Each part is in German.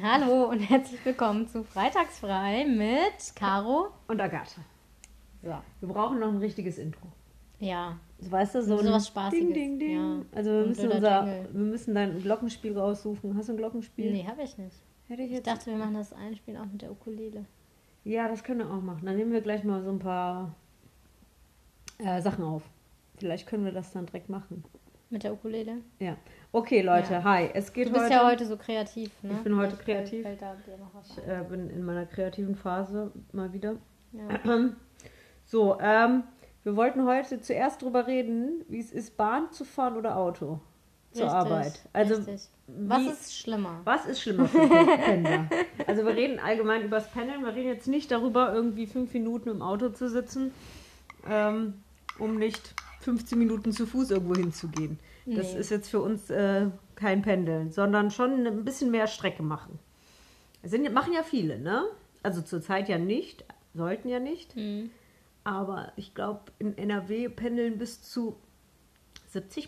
Hallo und herzlich willkommen zu Freitagsfrei mit Caro und Agathe. So. Wir brauchen noch ein richtiges Intro. Ja. Weißt du, so was Spaßiges. Ding, Ding, Ding. Ja. Also wir müssen dann ein Glockenspiel raussuchen. Hast du ein Glockenspiel? Nee, habe ich nicht. Ich dachte, wir machen das Einspiel auch mit der Ukulele. Ja, das können wir auch machen. Dann nehmen wir gleich mal so ein paar Sachen auf. Vielleicht können wir das dann direkt machen. Mit der Ukulele? Ja. Okay, Leute, hi. Es geht du bist ja heute so kreativ, ne? Ich bin heute kreativ. Fällt da dir noch was ein? Ich bin in meiner kreativen Phase mal wieder. Ja. So, wir wollten heute zuerst drüber reden, wie es ist, Bahn zu fahren oder Auto zur Arbeit. Also, was ist schlimmer? Was ist schlimmer für Pendler? Also wir reden allgemein über das Pendeln. Wir reden jetzt nicht darüber, irgendwie 5 Minuten im Auto zu sitzen, um nicht 15 Minuten zu Fuß irgendwo hinzugehen. Nee. Das ist jetzt für uns kein Pendeln, sondern schon ein bisschen mehr Strecke machen. Machen ja viele, ne? Also zurzeit ja nicht, sollten ja nicht. Mhm. Aber ich glaube, in NRW pendeln bis zu 70%.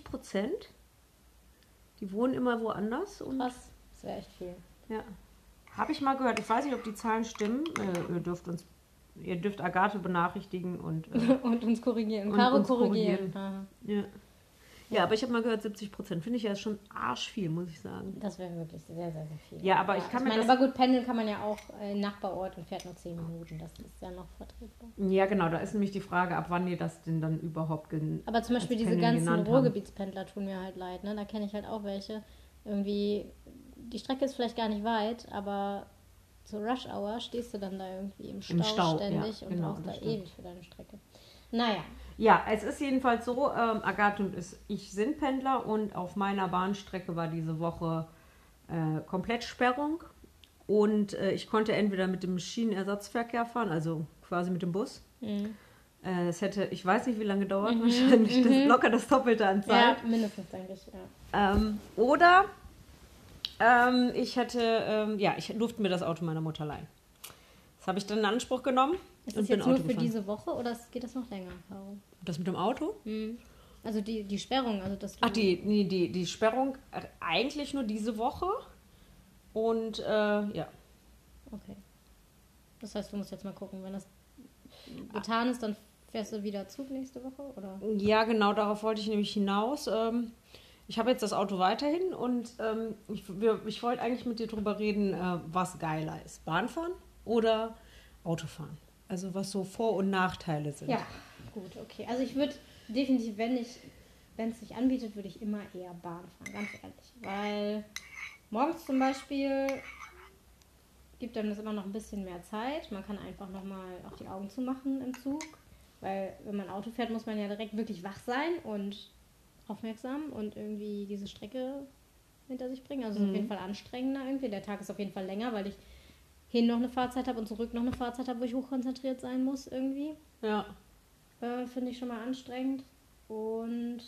Die wohnen immer woanders. Und krass, das wäre echt viel. Ja. Habe ich mal gehört. Ich weiß nicht, ob die Zahlen stimmen. Ihr dürft Agathe benachrichtigen und uns korrigieren. Caro korrigieren. Ja, aber ich habe mal gehört, 70%. Finde ich ja schon arschviel, muss ich sagen. Das wäre wirklich sehr, sehr, sehr viel. Ja, aber ich kann mir das... Aber gut, pendeln kann man ja auch im Nachbarort und fährt nur 10 Minuten. Das ist ja noch vertretbar. Ja, genau. Da ist nämlich die Frage, ab wann ihr das denn dann überhaupt Aber zum Beispiel diese ganzen Ruhrgebietspendler tun mir halt leid. Ne? Da kenne ich halt auch welche. Irgendwie, die Strecke ist vielleicht gar nicht weit, aber zur Rush Hour stehst du dann da irgendwie im Stau ständig und brauchst da ewig für deine Strecke. Naja. Ja, es ist jedenfalls so, Agathe und ich sind Pendler und auf meiner Bahnstrecke war diese Woche Komplettsperrung und ich konnte entweder mit dem Schienenersatzverkehr fahren, also quasi mit dem Bus. Mhm. Es hätte, ich weiß nicht, wie lange dauert, wahrscheinlich locker das Doppelte an Zeit. Ja, mindestens, denke ich, ja. Oder ich durfte mir das Auto meiner Mutter leihen. Das habe ich dann in Anspruch genommen. Ist das jetzt nur für diese Woche oder geht das noch länger, Caro? Das mit dem Auto? Mhm. Also die Sperrung, also das. Die Sperrung eigentlich nur diese Woche. Und ja. Okay. Das heißt, du musst jetzt mal gucken, wenn das getan ist, dann fährst du wieder Zug nächste Woche, oder? Ja, genau, darauf wollte ich nämlich hinaus. Ich habe jetzt das Auto weiterhin und ich wollte eigentlich mit dir drüber reden, was geiler ist. Bahnfahren oder Autofahren? Also was so Vor- und Nachteile sind. Ja, gut, okay. Also ich würde definitiv, wenn es sich anbietet, würde ich immer eher Bahn fahren, ganz ehrlich. Weil morgens zum Beispiel gibt einem das immer noch ein bisschen mehr Zeit. Man kann einfach nochmal auch die Augen zumachen im Zug. Weil wenn man Auto fährt, muss man ja direkt wirklich wach sein und aufmerksam und irgendwie diese Strecke hinter sich bringen. Also es ist auf jeden Fall anstrengender irgendwie. Der Tag ist auf jeden Fall länger, weil ich hin noch eine Fahrzeit habe und zurück noch eine Fahrzeit habe, wo ich hochkonzentriert sein muss irgendwie. Ja. Finde ich schon mal anstrengend. Und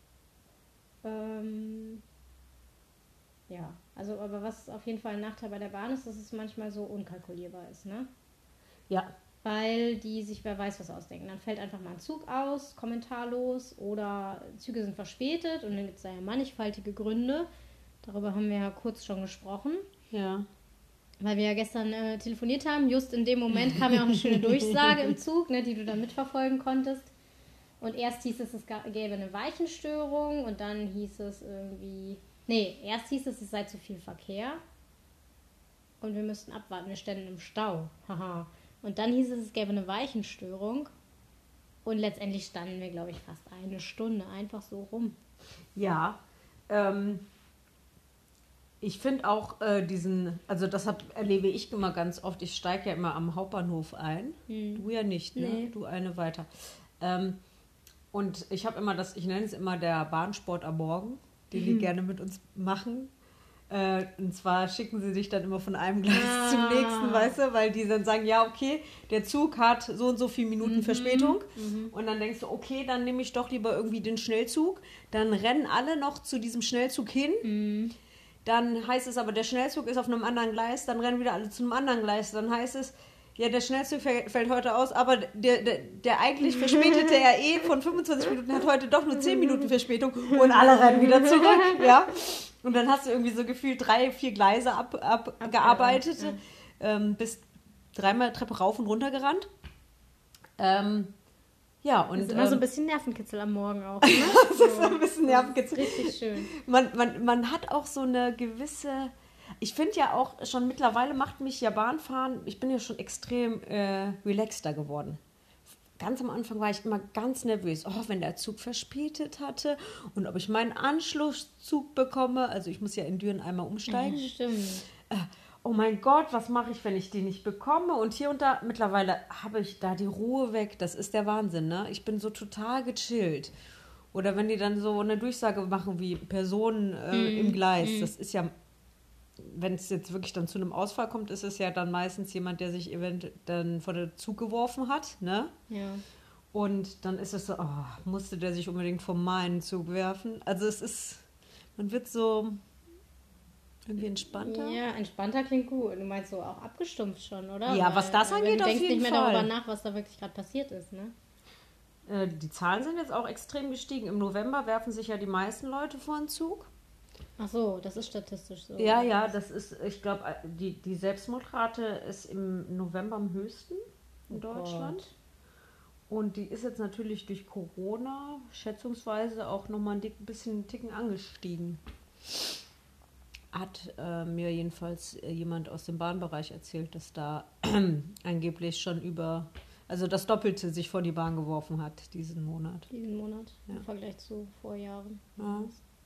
ja, also aber was auf jeden Fall ein Nachteil bei der Bahn ist, dass es manchmal so unkalkulierbar ist, ne? Ja. Weil die sich wer weiß was ausdenken. Dann fällt einfach mal ein Zug aus, kommentarlos, oder Züge sind verspätet und dann gibt es da ja mannigfaltige Gründe. Darüber haben wir ja kurz schon gesprochen. Ja. Weil wir ja gestern telefoniert haben, just in dem Moment kam ja auch eine schöne Durchsage im Zug, ne, die du dann mitverfolgen konntest. Und erst hieß es gäbe eine Weichenstörung und dann hieß es irgendwie... erst hieß es sei zu viel Verkehr und wir müssten abwarten, wir ständen im Stau. Haha. Und dann hieß es gäbe eine Weichenstörung und letztendlich standen wir, glaube ich, fast eine Stunde einfach so rum. Ja, ich finde auch also das erlebe ich immer ganz oft, ich steige ja immer am Hauptbahnhof ein, du ja nicht, ne? Nee. Du eine weiter. Und ich habe immer ich nenne es immer der Bahnsport am Morgen, den die gerne mit uns machen. Und zwar schicken sie dich dann immer von einem Gleis zum nächsten, weißt du, weil die dann sagen, ja, okay, der Zug hat so und so viele Minuten Verspätung. Und dann denkst du, okay, dann nehme ich doch lieber irgendwie den Schnellzug. Dann rennen alle noch zu diesem Schnellzug hin. Dann heißt es aber, der Schnellzug ist auf einem anderen Gleis. Dann rennen wieder alle zu einem anderen Gleis. Dann heißt es, ja, der Schnellzug fällt heute aus, aber der eigentlich verspätete von 25 Minuten hat heute doch nur 10 Minuten Verspätung und alle rennen wieder zurück, ja. Und dann hast du irgendwie so gefühlt 3, 4 Gleise abgearbeitet, bist 3-mal Treppe rauf und runter gerannt. Ja, und das ist immer so ein bisschen Nervenkitzel am Morgen auch. Ne? das ist so ein bisschen Nervenkitzel. Richtig schön. Man hat auch so eine gewisse... Ich finde ja auch schon mittlerweile macht mich ja Bahnfahren, ich bin ja schon extrem relaxter geworden. Ganz am Anfang war ich immer ganz nervös, wenn der Zug verspätet hatte und ob ich meinen Anschlusszug bekomme. Also ich muss ja in Düren einmal umsteigen. Ja, stimmt. Oh mein Gott, was mache ich, wenn ich die nicht bekomme? Und hier und da, mittlerweile habe ich da die Ruhe weg. Das ist der Wahnsinn, ne? Ich bin so total gechillt. Oder wenn die dann so eine Durchsage machen wie Personen im Gleis, das ist ja, wenn es jetzt wirklich dann zu einem Ausfall kommt, ist es ja dann meistens jemand, der sich eventuell dann vor den Zug geworfen hat, ne? Ja. Und dann ist es so, musste der sich unbedingt vor meinen Zug werfen? Also es ist, man wird so... Irgendwie entspannter? Ja, entspannter klingt gut. Du meinst so auch abgestumpft schon, oder? Ja, was das angeht, du auf denkst jeden nicht mehr Fall. darüber nach, was da wirklich gerade passiert ist, ne? Die Zahlen sind jetzt auch extrem gestiegen. Im November werfen sich ja die meisten Leute vor den Zug. Ach so, das ist statistisch so. Ja, das ist, ich glaube, die Selbstmordrate ist im November am höchsten in Deutschland. Gott. Und die ist jetzt natürlich durch Corona schätzungsweise auch nochmal ein bisschen einen Ticken angestiegen. Hat mir jedenfalls jemand aus dem Bahnbereich erzählt, dass da angeblich schon also das Doppelte sich vor die Bahn geworfen hat diesen Monat. Im Vergleich zu Vorjahren. Ja,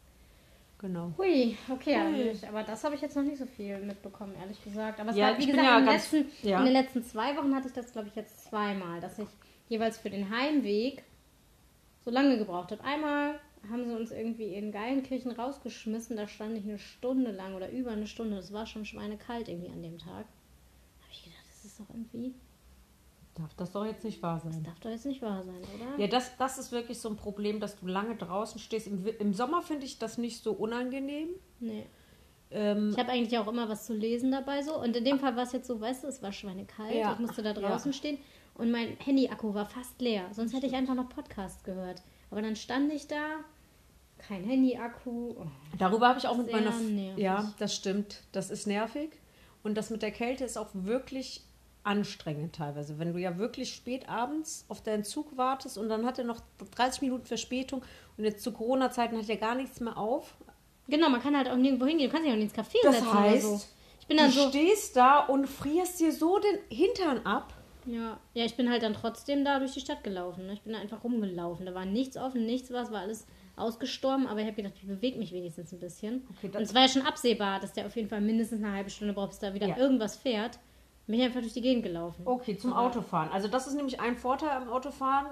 genau. Hui, okay, aber das habe ich jetzt noch nicht so viel mitbekommen, ehrlich gesagt. Aber es Ja, war, wie ich bin gesagt, ja in den letzten 2 Wochen hatte ich das, glaube ich, jetzt 2-mal, dass ich jeweils für den Heimweg so lange gebraucht habe. Einmal haben sie uns irgendwie in Geilenkirchen rausgeschmissen, da stand ich 1 Stunde lang oder über 1 Stunde, das war schon schweinekalt irgendwie an dem Tag. Da habe ich gedacht, das ist doch irgendwie... Darf das doch jetzt nicht wahr sein. Das darf doch jetzt nicht wahr sein, oder? Ja, das ist wirklich so ein Problem, dass du lange draußen stehst. Im Sommer finde ich das nicht so unangenehm. Nee. Ich habe eigentlich auch immer was zu lesen dabei so. Und in dem Fall war es jetzt so, weißt du, es war schweinekalt. Ja. Ich musste da draußen stehen und mein Handy-Akku war fast leer. Sonst hätte ich einfach noch Podcast gehört. Aber dann stand ich da, kein Handy-Akku. Oh, Darüber habe ich auch mit sehr meiner... nervig. Ja, das stimmt. Das ist nervig. Und das mit der Kälte ist auch wirklich anstrengend teilweise. Wenn du ja wirklich spät abends auf deinen Zug wartest und dann hat er noch 30 Minuten Verspätung und jetzt zu Corona-Zeiten hat er gar nichts mehr auf. Genau, man kann halt auch nirgendwo hingehen. Du kannst dich auch nicht ins Café Das setzen heißt, oder so. Ich bin dann du stehst da und frierst dir so den Hintern ab. Ja, ich bin halt dann trotzdem da durch die Stadt gelaufen. Ne? Ich bin da einfach rumgelaufen. Da war nichts offen, nichts was, war alles ausgestorben. Aber ich habe gedacht, ich bewege mich wenigstens ein bisschen. Okay, und es war ja schon absehbar, dass der auf jeden Fall mindestens eine halbe Stunde braucht, bis da wieder irgendwas fährt. Bin ich einfach durch die Gegend gelaufen. Okay, zum Autofahren. Also das ist nämlich ein Vorteil am Autofahren.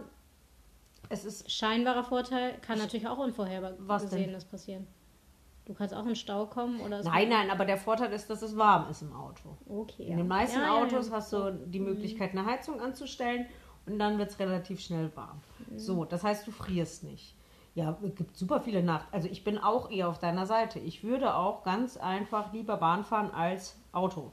Es ist scheinbarer Vorteil, kann natürlich auch Unvorhergesehenes passieren. Du kannst auch in den Stau kommen oder so. Nein, aber der Vorteil ist, dass es warm ist im Auto. Okay. In den meisten Autos hast du die Möglichkeit, eine Heizung anzustellen und dann wird es relativ schnell warm. So, das heißt, du frierst nicht. Ja, es gibt super viele Nachteile. Also ich bin auch eher auf deiner Seite. Ich würde auch ganz einfach lieber Bahn fahren als Auto.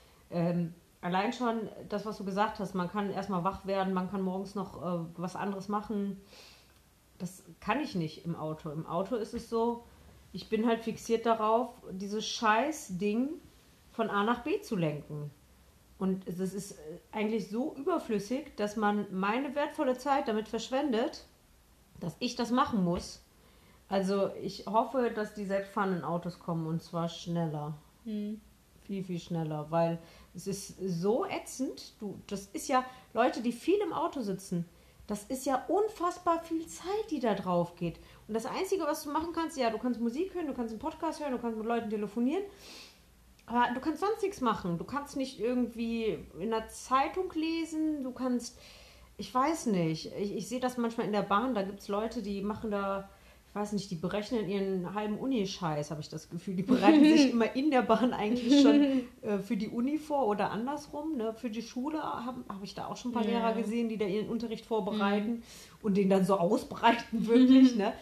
Allein schon das, was du gesagt hast, man kann erstmal wach werden, man kann morgens noch was anderes machen. Das kann ich nicht im Auto. Im Auto ist es so, ich bin halt fixiert darauf, dieses Scheiß-Ding von A nach B zu lenken. Und es ist eigentlich so überflüssig, dass man meine wertvolle Zeit damit verschwendet, dass ich das machen muss. Also ich hoffe, dass die selbstfahrenden Autos kommen und zwar schneller. Viel, viel schneller, weil es ist so ätzend. Das ist ja Leute, die viel im Auto sitzen. Das ist ja unfassbar viel Zeit, die da drauf geht. Und das Einzige, was du machen kannst, ja, du kannst Musik hören, du kannst einen Podcast hören, du kannst mit Leuten telefonieren, aber du kannst sonst nichts machen. Du kannst nicht irgendwie in der Zeitung lesen, du kannst, ich weiß nicht, ich sehe das manchmal in der Bahn, da gibt es Leute, die machen da, ich weiß nicht, die berechnen ihren halben Uni-Scheiß, habe ich das Gefühl. Die bereiten sich immer in der Bahn eigentlich schon für die Uni vor oder andersrum. Ne? Für die Schule habe ich da auch schon ein paar Lehrer gesehen, die da ihren Unterricht vorbereiten und den dann so ausbreiten, wirklich. Ne?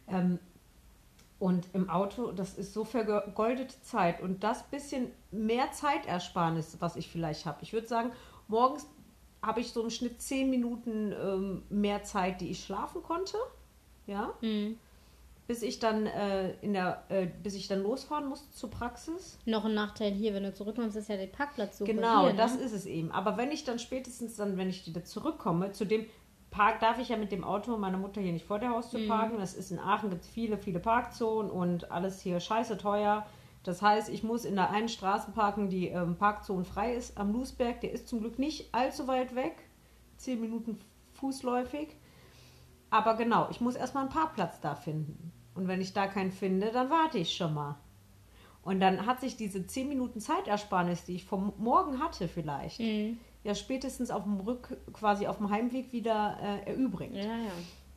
Und im Auto, das ist so vergeudete Zeit. Und das bisschen mehr Zeitersparnis, was ich vielleicht habe. Ich würde sagen, morgens habe ich so im Schnitt 10 Minuten mehr Zeit, die ich schlafen konnte. Ja. bis ich dann bis ich dann losfahren musste zur Praxis. Noch ein Nachteil hier, wenn du zurückkommst, ist ja der Parkplatzsuche. Genau, hier, das ne? ist es eben. Aber wenn ich dann spätestens dann, wenn ich wieder zurückkomme, zu dem Park darf ich ja mit dem Auto meiner Mutter hier nicht vor der Haustür parken. Das ist in Aachen, gibt es viele, viele Parkzonen und alles hier scheiße teuer. Das heißt, ich muss in der einen Straße parken, die Parkzone frei ist, am Lusberg. Der ist zum Glück nicht allzu weit weg, 10 Minuten fußläufig. Aber genau, ich muss erstmal einen Parkplatz da finden. Und wenn ich da keinen finde, dann warte ich schon mal. Und dann hat sich diese 10 Minuten Zeitersparnis, die ich vom Morgen hatte vielleicht, ja spätestens auf dem quasi auf dem Heimweg wieder erübrigt. Ja, ja.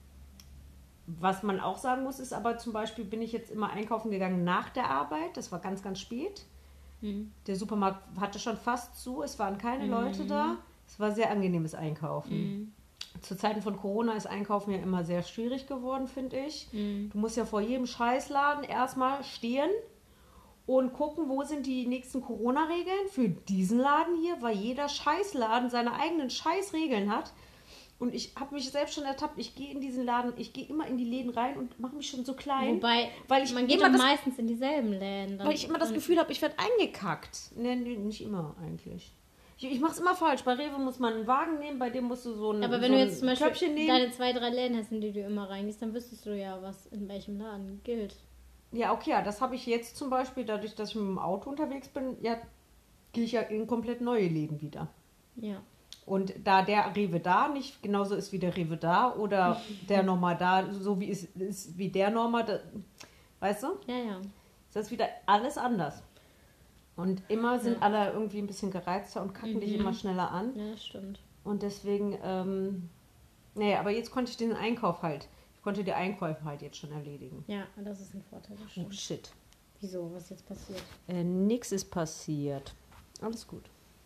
Was man auch sagen muss, ist aber zum Beispiel, bin ich jetzt immer einkaufen gegangen nach der Arbeit. Das war ganz, ganz spät. Der Supermarkt hatte schon fast zu. Es waren keine Leute da. Es war sehr angenehmes Einkaufen. Zu Zeiten von Corona ist Einkaufen ja immer sehr schwierig geworden, finde ich. Du musst ja vor jedem Scheißladen erstmal stehen und gucken, wo sind die nächsten Corona-Regeln für diesen Laden hier, weil jeder Scheißladen seine eigenen Scheißregeln hat. Und ich habe mich selbst schon ertappt, ich gehe in diesen Laden, ich gehe immer in die Läden rein und mache mich schon so klein. Wobei, weil ich man geht doch meistens in dieselben Läden. Weil ich immer das Gefühl habe, ich werde eingekackt. Nee, nicht immer eigentlich. Ich mache es immer falsch. Bei Rewe muss man einen Wagen nehmen, bei dem musst du so ein Aber wenn du jetzt zum Beispiel Köpfchen nehmen. deine 2, 3 Läden hast, in die du immer reingehst, dann wüsstest du ja, was in welchem Laden gilt. Ja, okay, ja, das habe ich jetzt zum Beispiel, dadurch, dass ich mit dem Auto unterwegs bin, ja, gehe ich ja in komplett neue Läden wieder. Ja. Und da der Rewe da nicht genauso ist wie der Rewe da oder der Norma da, so wie es ist wie der Norma, da, weißt du? Ja, ja. Ist das wieder alles anders. Und immer sind alle irgendwie ein bisschen gereizter und kacken dich immer schneller an. Ja, das stimmt. Und deswegen, aber jetzt konnte ich den Einkauf halt, ich konnte die Einkäufe halt jetzt schon erledigen. Ja, das ist ein Vorteil. Das Oh stimmt. shit. Wieso? Was ist jetzt passiert? Nix ist passiert. Alles gut.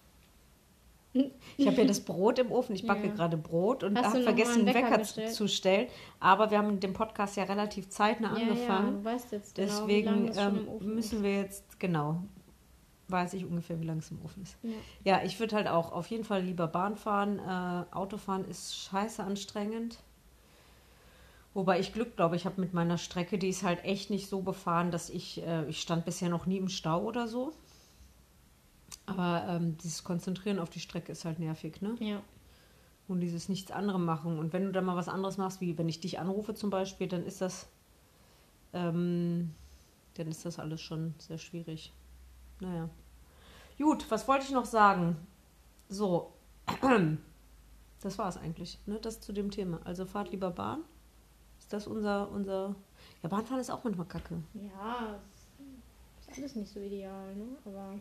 Ich habe ja das Brot im Ofen, ich backe gerade Brot und habe vergessen, einen Wecker zu stellen. Aber wir haben mit dem Podcast ja relativ zeitnah angefangen. Ja, du weißt jetzt Deswegen genau, wie lange es schon im Ofen müssen wir jetzt, genau, weiß ich ungefähr, wie lange es im Ofen ist. Ja. Ja, ich würde halt auch auf jeden Fall lieber Bahn fahren. Autofahren ist scheiße anstrengend. Wobei ich Glück, glaube ich, habe mit meiner Strecke, die ist halt echt nicht so befahren, dass ich stand bisher noch nie im Stau oder so. Aber dieses Konzentrieren auf die Strecke ist halt nervig, ne? Ja. Und dieses nichts anderes machen. Und wenn du dann mal was anderes machst, wie wenn ich dich anrufe zum Beispiel, dann ist das alles schon sehr schwierig. Naja. Gut, was wollte ich noch sagen? So, das war es eigentlich, ne? Das zu dem Thema. Also fahrt lieber Bahn. Ist das unser... Ja, Bahnfahren ist auch manchmal kacke. Ja, ist alles nicht so ideal, ne? Aber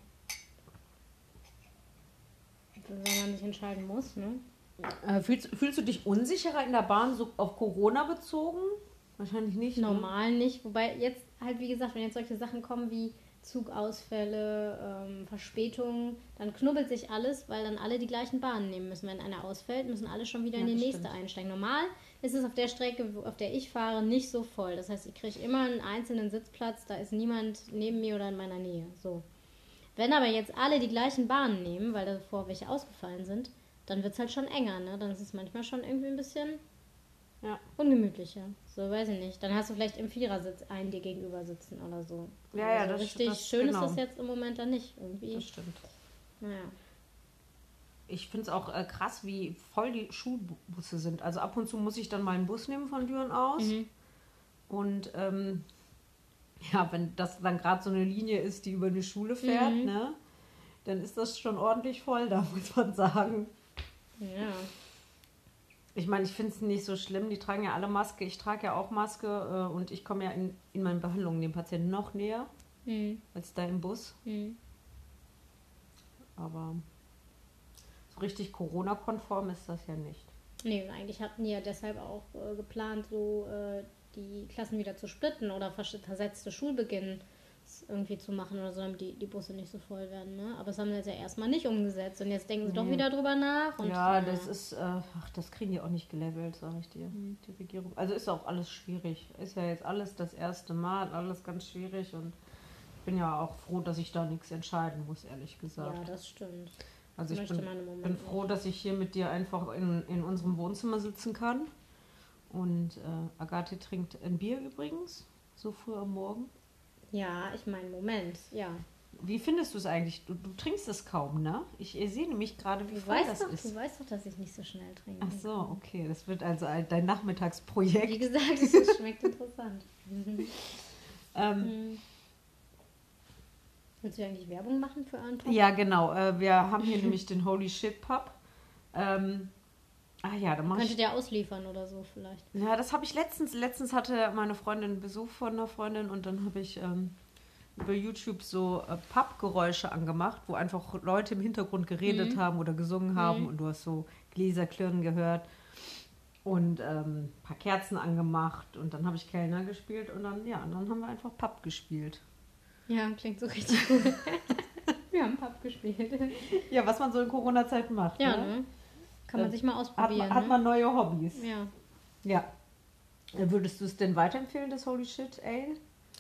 wenn man sich entscheiden muss, ne? Fühlst du dich unsicherer in der Bahn so auf Corona bezogen? Wahrscheinlich nicht. Normal nicht. Wobei jetzt halt, wie gesagt, wenn jetzt solche Sachen kommen wie Zugausfälle, Verspätungen, dann knubbelt sich alles, weil dann alle die gleichen Bahnen nehmen müssen. Wenn einer ausfällt, müssen alle schon wieder in die nächste einsteigen. Normal ist es auf der Strecke, auf der ich fahre, nicht so voll. Das heißt, ich kriege immer einen einzelnen Sitzplatz, da ist niemand neben mir oder in meiner Nähe. So. Wenn aber jetzt alle die gleichen Bahnen nehmen, weil davor welche ausgefallen sind, dann wird es halt schon enger, ne? Dann ist es manchmal schon irgendwie ein bisschen ungemütlicher. So, weiß ich nicht. Dann hast du vielleicht im Vierersitz einen dir gegenüber sitzen oder so. Ja, also ja, das richtig das, schön genau. ist das jetzt im Moment dann nicht irgendwie. Das stimmt. Naja. Ich finde es auch krass, wie voll die Schulbusse sind. Also ab und zu muss ich dann mal einen Bus nehmen von Düren aus. Und wenn das dann gerade so eine Linie ist, die über eine Schule fährt, ne, dann ist das schon ordentlich voll, da muss man sagen. Ja. Ich meine, ich finde es nicht so schlimm, die tragen ja alle Maske, ich trage ja auch Maske und ich komme ja in meinen Behandlungen dem Patienten noch näher als da im Bus. Aber so richtig Corona-konform ist das ja nicht. Nee, und eigentlich hatten die ja deshalb auch geplant, so die Klassen wieder zu splitten oder versetzte Schulbeginn irgendwie zu machen oder so, damit die Busse nicht so voll werden. Ne? Aber das haben sie jetzt ja erstmal nicht umgesetzt und jetzt denken sie doch wieder drüber nach. Und, das ist, das kriegen die auch nicht gelevelt, sage ich dir, die Regierung. Also ist auch alles schwierig. Ist ja jetzt alles das erste Mal, alles ganz schwierig und ich bin ja auch froh, dass ich da nichts entscheiden muss, ehrlich gesagt. Ja, das stimmt. Also ich bin froh, dass ich hier mit dir einfach in unserem Wohnzimmer sitzen kann. Und Agathe trinkt ein Bier übrigens. so früh am Morgen? Ja, ich meine, Moment, ja. Wie findest du es eigentlich? Du trinkst es kaum, ne? Ich sehe nämlich gerade, wie Du voll das ist. Du weißt doch, dass ich nicht so schnell trinke. Ach so, okay. Das wird also dein Nachmittagsprojekt. Wie gesagt, es schmeckt interessant. Willst du eigentlich Werbung machen für euren Pub? Ja, genau. Wir haben hier nämlich den Holy Shit Pub. Da mache Könntet ihr ausliefern oder so vielleicht. Ja, das habe ich letztens. Letztens hatte meine Freundin einen Besuch von einer Freundin und dann habe ich über YouTube so Pappgeräusche angemacht, wo einfach Leute im Hintergrund geredet haben oder gesungen haben und du hast so Gläser klirren gehört und ein paar Kerzen angemacht und dann habe ich Kellner gespielt und dann haben wir einfach Papp gespielt. Ja, klingt so richtig cool. Wir haben Papp gespielt. Ja, was man so in Corona-Zeiten macht. Ja, ne? Kann man sich mal ausprobieren. Hat man neue Hobbys. Ja. Ja. Würdest du es denn weiterempfehlen, das Holy Shit Ale?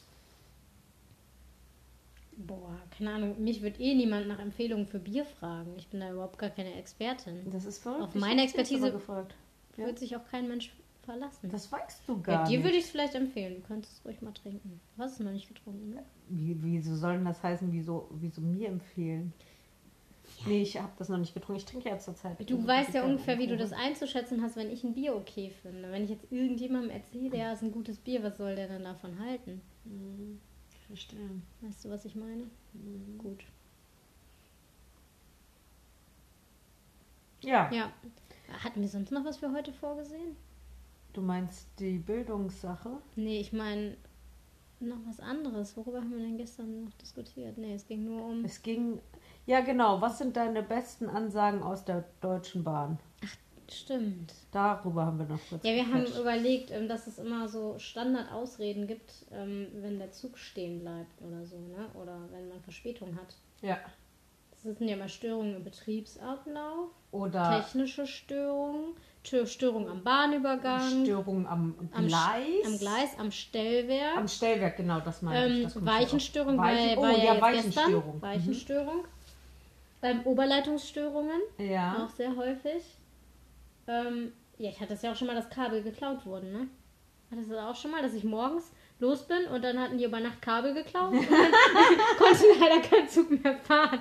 Boah, keine Ahnung. Mich wird niemand nach Empfehlungen für Bier fragen. Ich bin da überhaupt gar keine Expertin. Das ist verrückt. Auf meine Expertise gefragt. wird sich auch kein Mensch verlassen. Das weißt du gar dir nicht. würde ich es vielleicht empfehlen. Du kannst es ruhig mal trinken. Du hast es noch nicht getrunken, ne? Wieso soll denn das heißen, wieso mir empfehlen? Ja. Nee, ich habe das noch nicht getrunken. Ich trinke ja zur Zeit. Du weißt ja ungefähr, wie du das einzuschätzen hast, wenn ich ein Bier okay finde. Wenn ich jetzt irgendjemandem erzähle, ja, ist ein gutes Bier, was soll der denn davon halten? Verstehe. Weißt du, was ich meine? Gut. Ja. Ja. Hatten wir sonst noch was für heute vorgesehen? Du meinst die Bildungssache? Nee, ich meine noch was anderes. Worüber haben wir denn gestern noch diskutiert? Nee, es ging nur um... Ja, genau. Was sind deine besten Ansagen aus der Deutschen Bahn? Ach, stimmt. Darüber haben wir noch kurz Ja, wir haben überlegt, dass es immer so Standardausreden gibt, wenn der Zug stehen bleibt oder so, ne? Oder wenn man Verspätung hat. Ja. Das sind ja immer Störungen im Betriebsablauf, oder technische Störungen, Störungen am Bahnübergang, Störungen am Gleis. Am Stellwerk. Am Stellwerk, genau, das meine ich. Das Weichenstörung, Weichenstörung. Weichenstörung. Oberleitungsstörungen, ja. Auch sehr häufig. Ich hatte es ja auch schon mal, dass Kabel geklaut wurden, ne? Hattest du das auch schon mal, dass ich morgens los bin und dann hatten die über Nacht Kabel geklaut und dann konnte leider kein Zug mehr fahren.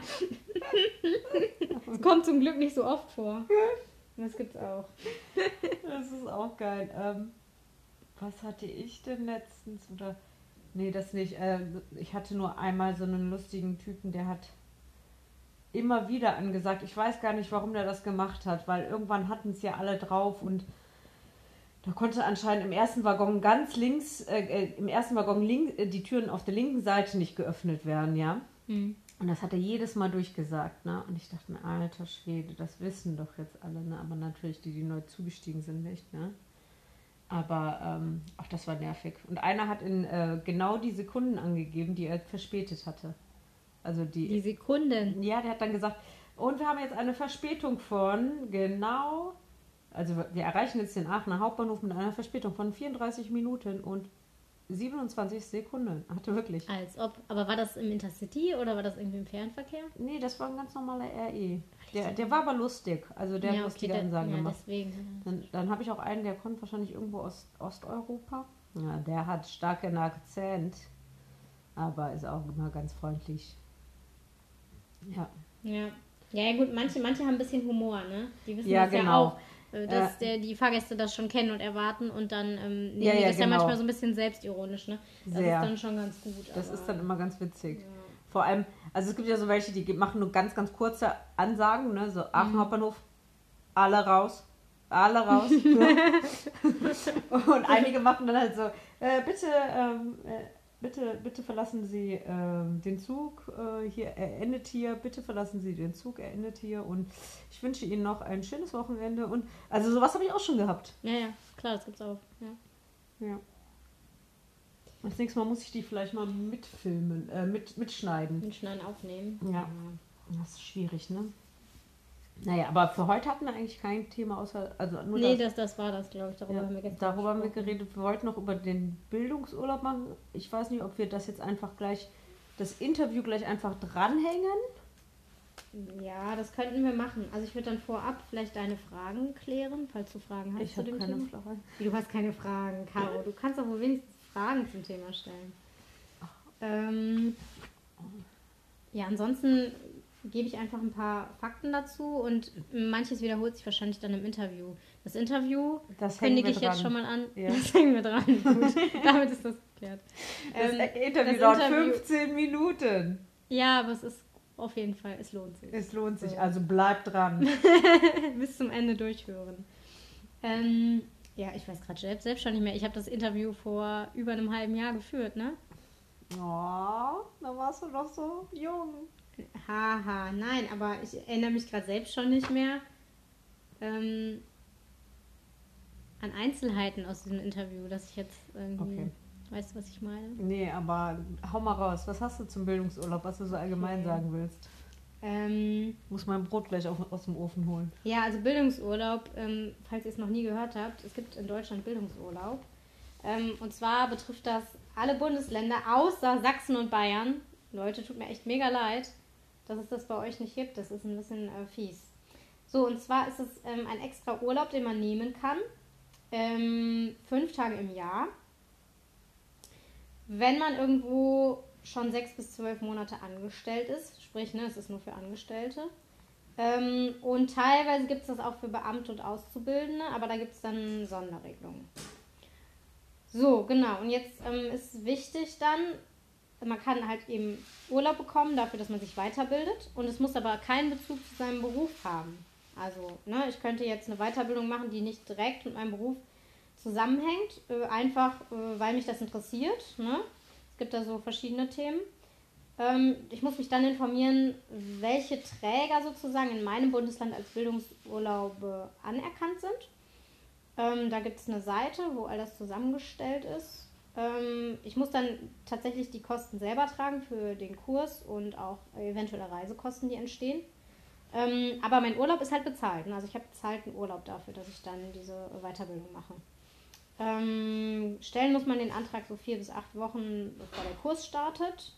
Das kommt zum Glück nicht so oft vor. Das gibt's auch. Das ist auch geil. Was hatte ich denn letztens? Nee, das nicht. Ich hatte nur einmal so einen lustigen Typen, der hat immer wieder angesagt. Ich weiß gar nicht, warum der das gemacht hat, weil irgendwann hatten es ja alle drauf und da konnte anscheinend im ersten Waggon ganz links, die Türen auf der linken Seite nicht geöffnet werden, ja. Und das hat er jedes Mal durchgesagt, ne? Und ich dachte mir, alter Schwede, das wissen doch jetzt alle, ne? Aber natürlich die neu zugestiegen sind, nicht, ne? Aber auch das war nervig. Und einer hat in genau die Sekunden angegeben, die er verspätet hatte. Also die Sekunden? Ja, der hat dann gesagt, und wir haben jetzt eine Verspätung von genau... Also wir erreichen jetzt den Aachener Hauptbahnhof mit einer Verspätung von 34 Minuten und 27 Sekunden. Hatte wirklich. Als ob. Aber war das im Intercity oder war das irgendwie im Fernverkehr? Nee, das war ein ganz normaler RE. Der war aber lustig. Also der hat lustige Ansagen gemacht. Deswegen. Dann habe ich auch einen, der kommt wahrscheinlich irgendwo aus Osteuropa. Ja, der hat starken Akzent, aber ist auch immer ganz freundlich. Ja. Ja, gut, manche haben ein bisschen Humor, ne? Die wissen ja, das genau. ja auch. Dass die Fahrgäste das schon kennen und erwarten und dann nehmen die das ja manchmal so ein bisschen selbstironisch, ne? Das ist dann schon ganz gut. Das ist dann immer ganz witzig. Ja. Vor allem, also es gibt ja so welche, die machen nur ganz, ganz kurze Ansagen, ne? So Aachen Hauptbahnhof, alle raus. Und einige machen dann halt so, bitte verlassen Sie den Zug, endet hier, bitte verlassen Sie den Zug, endet hier und ich wünsche Ihnen noch ein schönes Wochenende und also sowas habe ich auch schon gehabt. Ja, klar, das gibt's auch. Ja. Das nächste Mal muss ich die vielleicht mal mitfilmen, mitschneiden. Mitschneiden, aufnehmen. Ja, das ist schwierig, ne? Naja, aber für heute hatten wir eigentlich kein Thema außer... Also nur das war das, glaube ich. Darüber haben wir geredet. Wir wollten noch über den Bildungsurlaub machen. Ich weiß nicht, ob wir das jetzt einfach das Interview gleich einfach dranhängen. Ja, das könnten wir machen. Also ich würde dann vorab vielleicht deine Fragen klären, falls du Fragen hast zu dem Thema. Ich habe keine Fragen. Du hast keine Fragen, Caro. Du kannst doch wohl wenigstens Fragen zum Thema stellen. Ja, ansonsten gebe ich einfach ein paar Fakten dazu und manches wiederholt sich wahrscheinlich dann im Interview. Das Interview kündige ich jetzt schon mal an. Ja. Das hängen wir dran. Gut, damit ist das geklärt. Das Interview dauert 15 Minuten. Ja, aber es ist auf jeden Fall, es lohnt sich. Es lohnt sich, also bleibt dran. Bis zum Ende durchhören. Ja, ich weiß gerade selbst schon nicht mehr. Ich habe das Interview vor über einem halben Jahr geführt, ne? Oh, da warst du doch so jung. Haha, nein, aber ich erinnere mich gerade selbst schon nicht mehr an Einzelheiten aus diesem Interview, dass ich jetzt irgendwie... Okay. Weißt du, was ich meine? Nee, aber hau mal raus. Was hast du zum Bildungsurlaub, was du so allgemein sagen willst? Muss mein Brot gleich aus dem Ofen holen. Ja, also Bildungsurlaub, falls ihr es noch nie gehört habt, es gibt in Deutschland Bildungsurlaub. Und zwar betrifft das alle Bundesländer außer Sachsen und Bayern. Leute, tut mir echt mega leid, dass es das bei euch nicht gibt. Das ist ein bisschen fies. So, und zwar ist es ein extra Urlaub, den man nehmen kann. 5 Tage im Jahr. Wenn man irgendwo schon 6 bis 12 Monate angestellt ist, sprich, ne, es ist nur für Angestellte. Und teilweise gibt es das auch für Beamte und Auszubildende, aber da gibt es dann Sonderregelungen. So, genau. Und jetzt ist wichtig dann, man kann halt eben Urlaub bekommen dafür, dass man sich weiterbildet. Und es muss aber keinen Bezug zu seinem Beruf haben. Also, ne, ich könnte jetzt eine Weiterbildung machen, die nicht direkt mit meinem Beruf zusammenhängt, einfach weil mich das interessiert. Ne? Es gibt da so verschiedene Themen. Ich muss mich dann informieren, welche Träger sozusagen in meinem Bundesland als Bildungsurlaube anerkannt sind. Da gibt es eine Seite, wo all das zusammengestellt ist. Ich muss dann tatsächlich die Kosten selber tragen für den Kurs und auch eventuelle Reisekosten, die entstehen. Aber mein Urlaub ist halt bezahlt. Ne? Also ich habe bezahlten Urlaub dafür, dass ich dann diese Weiterbildung mache. Stellen muss man den Antrag so 4 bis 8 Wochen, bevor der Kurs startet.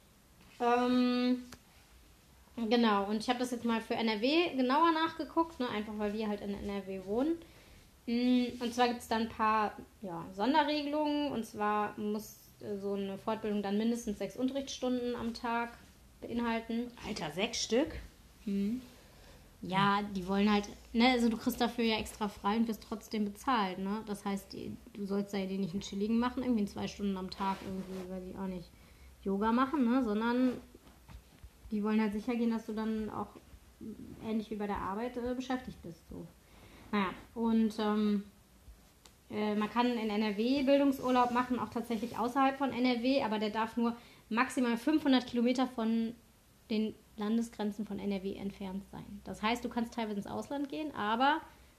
Genau, und ich habe das jetzt mal für NRW genauer nachgeguckt, ne, einfach weil wir halt in NRW wohnen. Und zwar gibt es dann ein paar Sonderregelungen. Und zwar muss so eine Fortbildung dann mindestens 6 Unterrichtsstunden am Tag beinhalten. Alter, 6 Stück? Ja, die wollen halt, ne, also du kriegst dafür ja extra frei und wirst trotzdem bezahlt, ne? Das heißt, du sollst ja die nicht in Chilligen machen, irgendwie in 2 Stunden am Tag irgendwie, weil die auch nicht Yoga machen, ne? Sondern die wollen halt sicher gehen, dass du dann auch ähnlich wie bei der Arbeit beschäftigt bist, so. Naja, und man kann in NRW Bildungsurlaub machen, auch tatsächlich außerhalb von NRW, aber der darf nur maximal 500 Kilometer von den Landesgrenzen von NRW entfernt sein. Das heißt, du kannst teilweise ins Ausland gehen, aber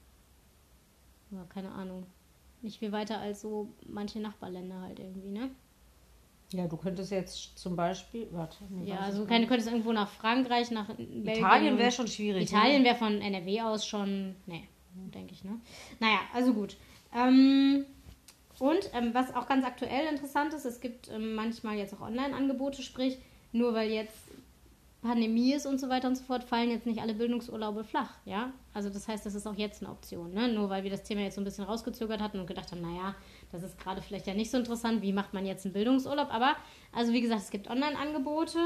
keine Ahnung, nicht viel weiter als so manche Nachbarländer halt irgendwie, ne? Ja, du könntest jetzt zum Beispiel, du könntest irgendwo nach Frankreich, nach Belgien. Italien wäre schon schwierig. Italien wäre von NRW aus schon, denke ich, ne? Naja, also gut. Was auch ganz aktuell interessant ist, es gibt manchmal jetzt auch Online-Angebote, sprich, nur weil jetzt Pandemie ist und so weiter und so fort, fallen jetzt nicht alle Bildungsurlaube flach, ja? Also das heißt, das ist auch jetzt eine Option, ne? Nur weil wir das Thema jetzt so ein bisschen rausgezögert hatten und gedacht haben, naja, das ist gerade vielleicht ja nicht so interessant, wie macht man jetzt einen Bildungsurlaub? Aber, also wie gesagt, es gibt Online-Angebote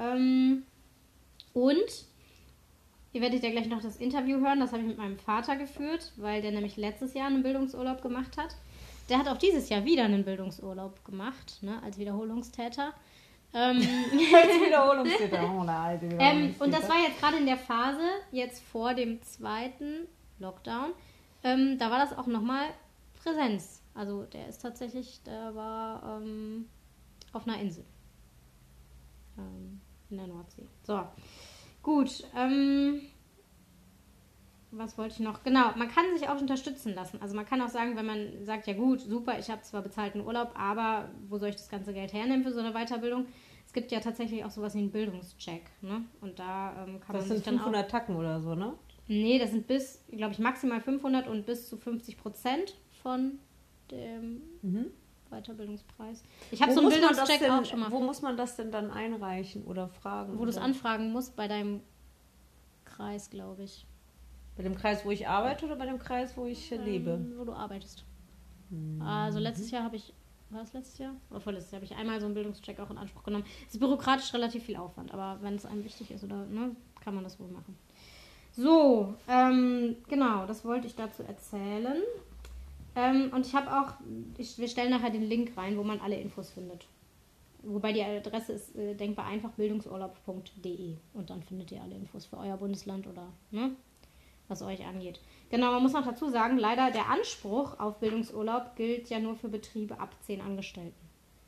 und ihr werdet ja gleich noch das Interview hören, das habe ich mit meinem Vater geführt, weil der nämlich letztes Jahr einen Bildungsurlaub gemacht hat. Der hat auch dieses Jahr wieder einen Bildungsurlaub gemacht, ne, als Wiederholungstäter. Als Wiederholungstäter. Und das war jetzt gerade in der Phase, jetzt vor dem 2. Lockdown, da war das auch nochmal Präsenz. Also der war auf einer Insel. In der Nordsee. So, gut. Was wollte ich noch? Genau, man kann sich auch unterstützen lassen. Also man kann auch sagen, wenn man sagt, ja gut, super, ich habe zwar bezahlten Urlaub, aber wo soll ich das ganze Geld hernehmen für so eine Weiterbildung? Es gibt ja tatsächlich auch sowas wie einen Bildungscheck, ne? Und da kann man sich dann auch... Das sind 500 Tacken oder so, ne? Nee, das sind bis, glaube ich, maximal 500 und bis zu 50% von dem Weiterbildungspreis. Ich habe so einen Bildungscheck auch schon mal. Wo muss man das denn dann einreichen oder fragen? Wo du es anfragen musst, bei deinem Kreis, glaube ich. Bei dem Kreis, wo ich arbeite oder bei dem Kreis, wo ich lebe? Wo du arbeitest. Also letztes Jahr habe ich war das letztes Jahr? Oder vorletztes Jahr habe ich einmal so einen Bildungscheck auch in Anspruch genommen. Es ist bürokratisch relativ viel Aufwand, aber wenn es einem wichtig ist, oder ne, kann man das wohl machen. So, genau, das wollte ich dazu erzählen. Und ich habe auch, wir stellen nachher den Link rein, wo man alle Infos findet. Wobei die Adresse ist denkbar einfach bildungsurlaub.de und dann findet ihr alle Infos für euer Bundesland oder ne, was euch angeht. Genau, man muss noch dazu sagen, leider der Anspruch auf Bildungsurlaub gilt ja nur für Betriebe ab 10 Angestellten.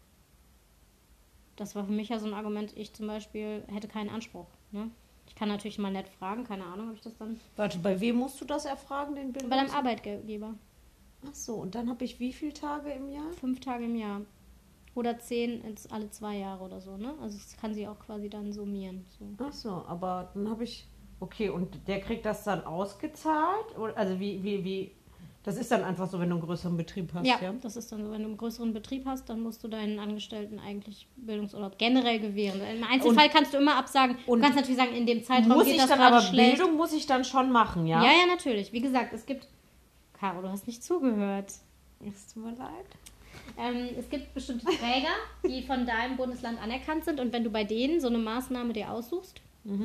Das war für mich ja so ein Argument, ich zum Beispiel hätte keinen Anspruch. Ne? Ich kann natürlich mal nett fragen, keine Ahnung, ob ich das dann... Warte, bei wem musst du das erfragen? Bei deinem Arbeitgeber. Ach so, und dann habe ich wie viele Tage im Jahr? 5 Tage im Jahr. Oder 10 alle 2 Jahre oder so, ne? Also das kann sie auch quasi dann summieren. So. Ach so, aber dann habe ich... Okay, und der kriegt das dann ausgezahlt? Oder, also wie... Das ist dann einfach so, wenn du einen größeren Betrieb hast, ja? Ja, das ist dann so, wenn du einen größeren Betrieb hast, dann musst du deinen Angestellten eigentlich Bildungsurlaub generell gewähren. Im Einzelfall kannst du immer absagen. Du kannst natürlich sagen, in dem Zeitraum muss geht ich das dann gerade aber schlecht. Bildung muss ich dann schon machen, ja? Ja, natürlich. Wie gesagt, es gibt... Caro, du hast nicht zugehört. Es tut mir leid. Es gibt bestimmte Träger, die von deinem Bundesland anerkannt sind und wenn du bei denen so eine Maßnahme dir aussuchst,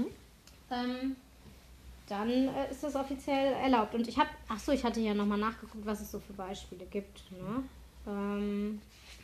dann ist das offiziell erlaubt. Und ich hatte ja nochmal nachgeguckt, was es so für Beispiele gibt. Ne?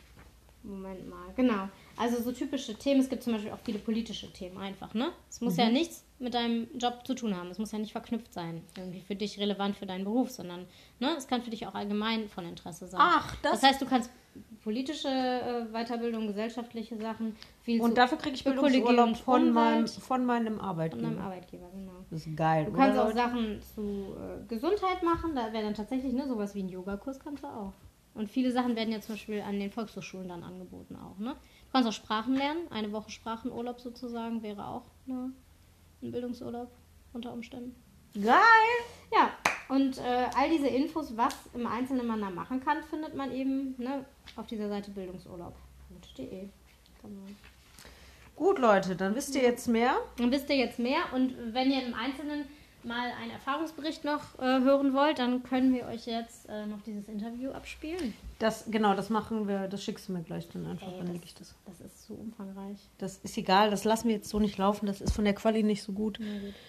Moment mal, genau. Also so typische Themen, es gibt zum Beispiel auch viele politische Themen einfach, ne? Es muss ja nichts mit deinem Job zu tun haben, es muss ja nicht verknüpft sein, irgendwie für dich relevant für deinen Beruf, sondern ne, es kann für dich auch allgemein von Interesse sein. Ach, das heißt, du kannst politische Weiterbildung, gesellschaftliche Sachen, viel Und dafür kriege ich Bildungsurlaub von meinem Arbeitgeber. Von deinem Arbeitgeber, genau. Das ist geil, Du kannst auch Sachen zu Gesundheit machen, da wäre dann tatsächlich ne, sowas wie ein Yogakurs kannst du auch. Und viele Sachen werden ja zum Beispiel an den Volkshochschulen dann angeboten auch. Ne? Du kannst auch Sprachen lernen. Eine Woche Sprachenurlaub sozusagen wäre auch ne, ein Bildungsurlaub unter Umständen. Geil! Ja, und all diese Infos, was im Einzelnen man da machen kann, findet man eben ne, auf dieser Seite bildungsurlaub.de. Genau. Gut, Leute, dann wisst ihr jetzt mehr. Dann wisst ihr jetzt mehr. Und wenn ihr im Einzelnen mal einen Erfahrungsbericht noch hören wollt, dann können wir euch jetzt noch dieses Interview abspielen. Das machen wir, das schickst du mir gleich dann einfach, dann lege ich das. Das ist so umfangreich. Das ist egal, das lassen wir jetzt so nicht laufen, das ist von der Quali nicht so gut.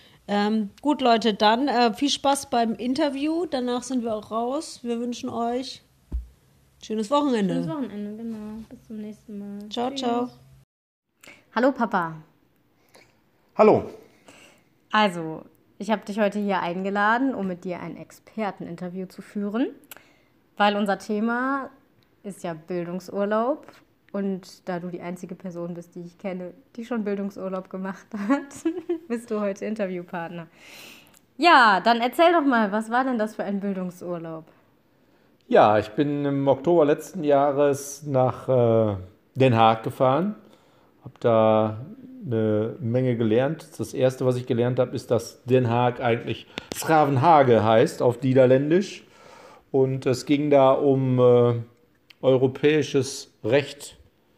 Gut, Leute, dann viel Spaß beim Interview, danach sind wir auch raus. Wir wünschen euch schönes Wochenende. Schönes Wochenende, genau. Bis zum nächsten Mal. Ciao, ciao. Hallo Papa. Hallo. Also, ich habe dich heute hier eingeladen, um mit dir ein Experteninterview zu führen, weil unser Thema ist ja Bildungsurlaub und da du die einzige Person bist, die ich kenne, die schon Bildungsurlaub gemacht hat, bist du heute Interviewpartner. Ja, dann erzähl doch mal, was war denn das für ein Bildungsurlaub? Ja, ich bin im Oktober letzten Jahres nach Den Haag gefahren, habe da eine Menge gelernt. Das erste, was ich gelernt habe, ist, dass Den Haag eigentlich 's-Gravenhage heißt auf Niederländisch. Und es ging da um europäisches Recht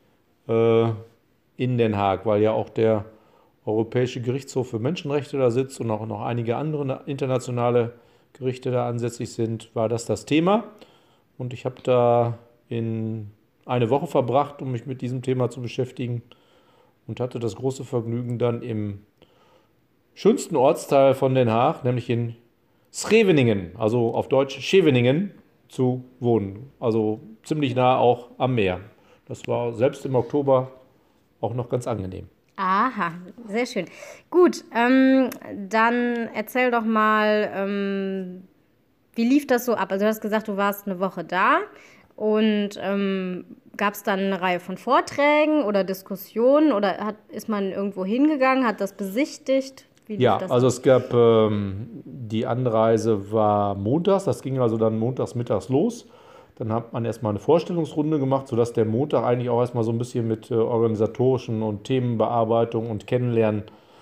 in Den Haag, weil ja auch der Europäische Gerichtshof für Menschenrechte da sitzt und auch noch einige andere internationale Gerichte da ansässig sind, war das Thema. Und ich habe da eine Woche verbracht, um mich mit diesem Thema zu beschäftigen. Und hatte das große Vergnügen, dann im schönsten Ortsteil von Den Haag, nämlich in Scheveningen, also auf Deutsch Scheveningen, zu wohnen. Also ziemlich nah auch am Meer. Das war selbst im Oktober auch noch ganz angenehm. Aha, sehr schön. Gut, dann erzähl doch mal, wie lief das so ab? Also du hast gesagt, du warst eine Woche da und gab es dann eine Reihe von Vorträgen oder Diskussionen oder ist man irgendwo hingegangen, hat das besichtigt? Wie lief Ja, das also ab? es gab, die Anreise war montags, das ging also dann montags mittags los. Dann hat man erstmal eine Vorstellungsrunde gemacht, sodass der Montag eigentlich auch erstmal so ein bisschen mit organisatorischen und Themenbearbeitung und Kennenlernen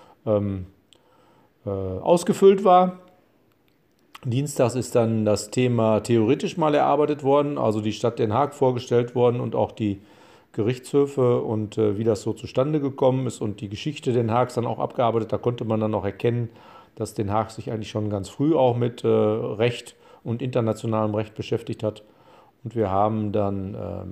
ausgefüllt war. Dienstags ist dann das Thema theoretisch mal erarbeitet worden, also die Stadt Den Haag vorgestellt worden und auch die Gerichtshöfe und wie das so zustande gekommen ist und die Geschichte Den Haags dann auch abgearbeitet. Da konnte man dann auch erkennen, dass Den Haag sich eigentlich schon ganz früh auch mit Recht und internationalem Recht beschäftigt hat. Und wir haben dann